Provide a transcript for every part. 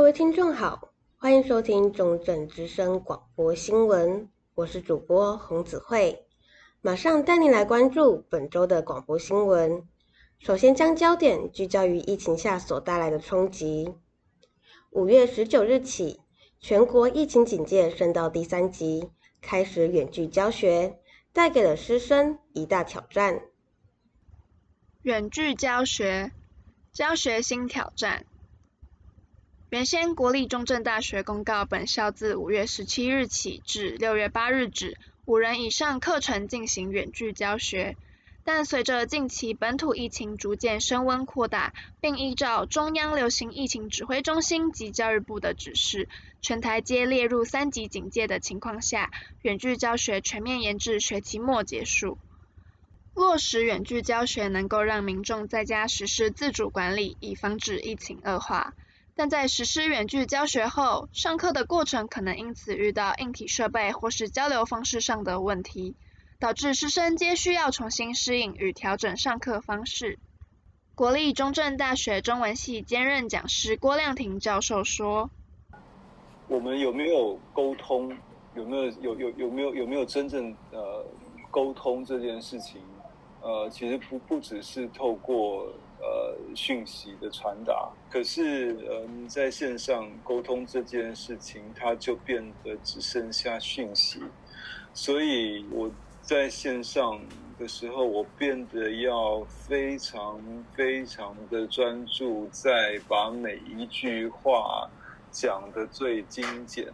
位听众好，欢迎收听中正之声广播新闻，我是主播洪子慧，马上带您来关注本周的广播新闻。首先将焦点聚焦于疫情下所带来的冲击。5月19日起，全国疫情警戒升到第3级，开始远距教学，带给了师生一大挑战。 远距教学，教学新挑战。原先国立中正大学公告，本校自5月17日起至6月8日止，5人以上课程进行远距教学。但随着近期本土疫情逐渐升温扩大，并依照中央流行疫情指挥中心及教育部的指示，全台皆列入3级警戒的情况下，远距教学全面延至学期末结束。落实远距教学能够让民众在家实施自主管理，以防止疫情恶化。但在实施远距教学后，上课的过程可能因此遇到硬体设备或是交流方式上的问题，导致师生皆需要重新适应与调整上课方式。国立中正大学中文系兼任讲师郭亮庭教授说：“ 我们有没有沟通？有没有真正沟通这件事情？其实不只是透过讯息的传达，可是在线上沟通这件事情，它就变得只剩下讯息。所以我在线上的时候，我变得要非常非常的专注，在把每一句话讲得最精简。”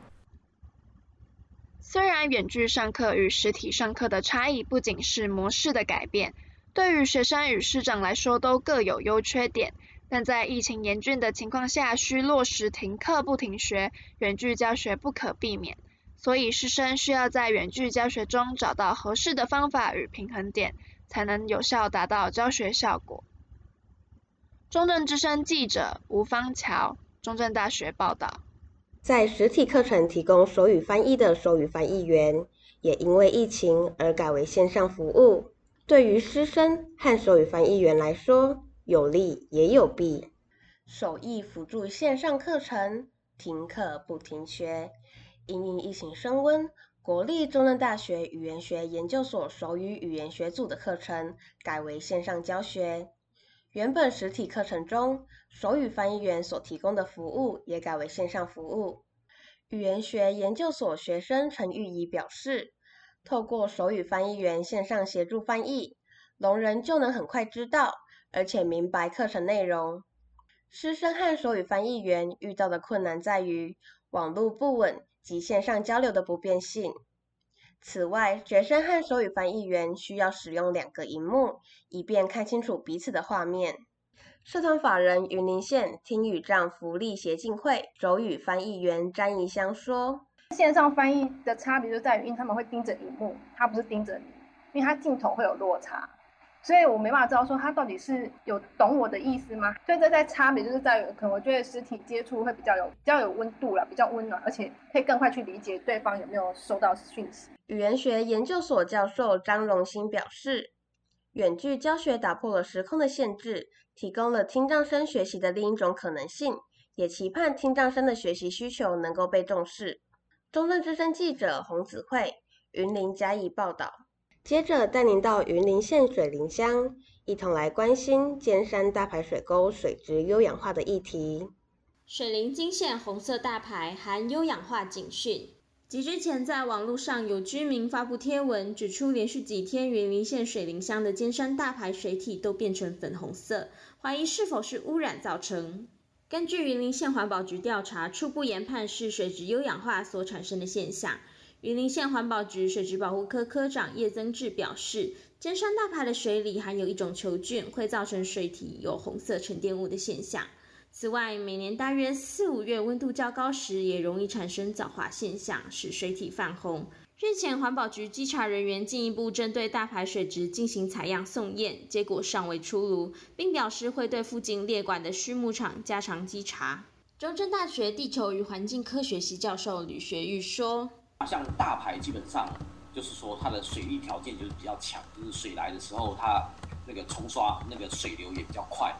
虽然远距上课与实体上课的差异不仅是模式的改变，对于学生与师长来说都各有优缺点，但在疫情严峻的情况下，需落实停课不停学，远距教学不可避免，所以师生需要在远距教学中找到合适的方法与平衡点，才能有效达到教学效果。中正之声记者吴芳乔，中正大学报道。 在实体课程提供手语翻译的手语翻译员，也因为疫情而改为线上服务。对于师生和手语翻译员来说，有利也有弊。手译辅助线上课程，停课不停学。因应疫情升温，国立中正大学语言学研究所手语语言学组的课程改为线上教学。原本实体课程中，手语翻译员所提供的服务也改为线上服务。语言学研究所学生陈玉仪表示，透过手语翻译员线上协助翻译，聋人就能很快知道，而且明白课程内容。师生和手语翻译员遇到的困难在于网络不稳及线上交流的不便性。此外，学生和手语翻译员需要使用2个萤幕，以便看清楚彼此的画面。社团法人云林县听语障福利协进会手语翻译员詹怡香说：“ 线上翻译的差别就在于，因为他们会盯着萤幕，他不是盯着你，因为他镜头会有落差，所以我没办法知道说他到底是有懂我的意思吗？所以这在差别就是在于，可能我觉得实体接触会比较有温度啦，比较温暖，而且可以更快去理解对方有没有收到讯息。” 语言学研究所教授张荣兴表示，远距教学打破了时空的限制，提供了听障生学习的另一种可能性，也期盼听障生的学习需求能够被重视。中正之声记者洪子慧，云林嘉义报道。接着带您到云林县水林乡，一同来关心尖山大排水沟水质优氧化的议题。 水林惊现红色大牌含优氧化警讯。几日前，在网络上有居民发布贴文，指出连续几天云林县水林乡的尖山大排水体都变成粉红色，怀疑是否是污染造成。根据云林县环保局调查，初步研判是水质优氧化所产生的现象。云林县环保局水质保护科科长叶增志表示，尖山大排的水里含有一种球菌，会造成水体有红色沉淀物的现象。此外，每年大约4、5月温度较高时，也容易产生藻化现象，使水体泛红。日前，环保局稽查人员进一步针对大排水质进行采样送验，结果尚未出炉，并表示会对附近列管的畜牧场加强稽查。中正大学地球与环境科学系教授吕学玉说：“ 像大排基本上就是说它的水利条件就是比较强，就是水来的时候它那个冲刷那个水流也比较快。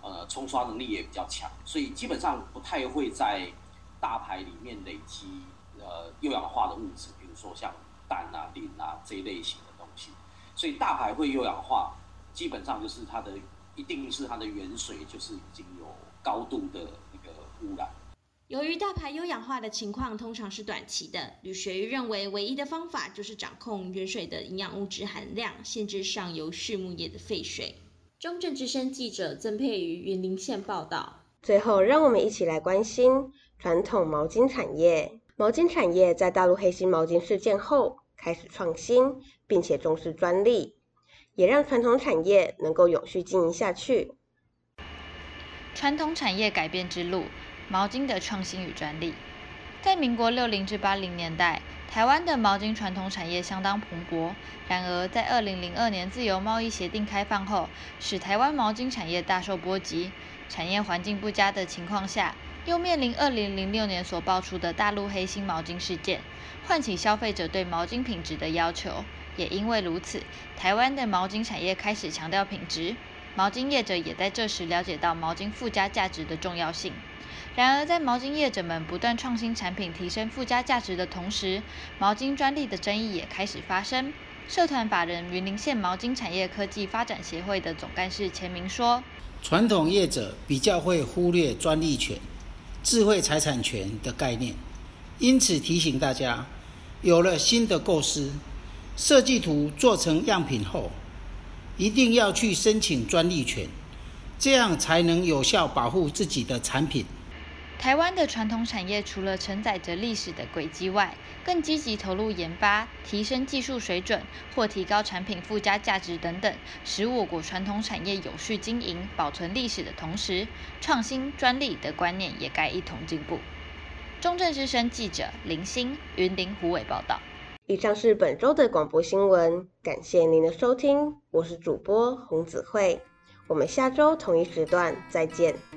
冲刷能力也比较强，所以基本上不太会在大牌里面累积优氧化的物质，比如说像氮啊、磷啊这一类型的东西。所以大牌会优氧化，基本上就是一定是它的原水就是已经有高度的一个污染。 由于大牌优氧化的情况通常是短期的，吕学玉认为唯一的方法就是掌控原水的营养物质含量，限制上游畜牧业的废水。中正之声记者曾佩瑜云林县报道。 最后，让我们一起来关心传统毛巾产业。毛巾产业在大陆黑心毛巾事件后开始创新，并且重视专利，也让传统产业能够永续经营下去。 传统产业改变之路，毛巾的创新与专利。在民国60至80年代，台湾的毛巾传统产业相当蓬勃。然而，在2002年自由贸易协定开放后，使台湾毛巾产业大受波及。产业环境不佳的情况下，又面临2006年所爆出的大陆黑心毛巾事件，唤起消费者对毛巾品质的要求。也因为如此，台湾的毛巾产业开始强调品质。毛巾业者也在这时了解到毛巾附加价值的重要性。然而，在毛巾业者们不断创新产品、提升附加价值的同时，毛巾专利的争议也开始发生。社团法人云林县毛巾产业科技发展协会的总干事钱明说：“ 传统业者比较会忽略专利权、智慧财产权的概念，因此提醒大家，有了新的构思、设计图做成样品后，一定要去申请专利权，这样才能有效保护自己的产品。” 台湾的传统产业除了承载着历史的轨迹外，更积极投入研发、提升技术水准或提高产品附加价值等等，使我国传统产业有序经营、保存历史的同时，创新专利的观念也该一同进步。中正之声记者林欣，云林虎尾报道。 以上是本周的广播新闻，感谢您的收听，我是主播洪子慧，我们下周同一时段再见。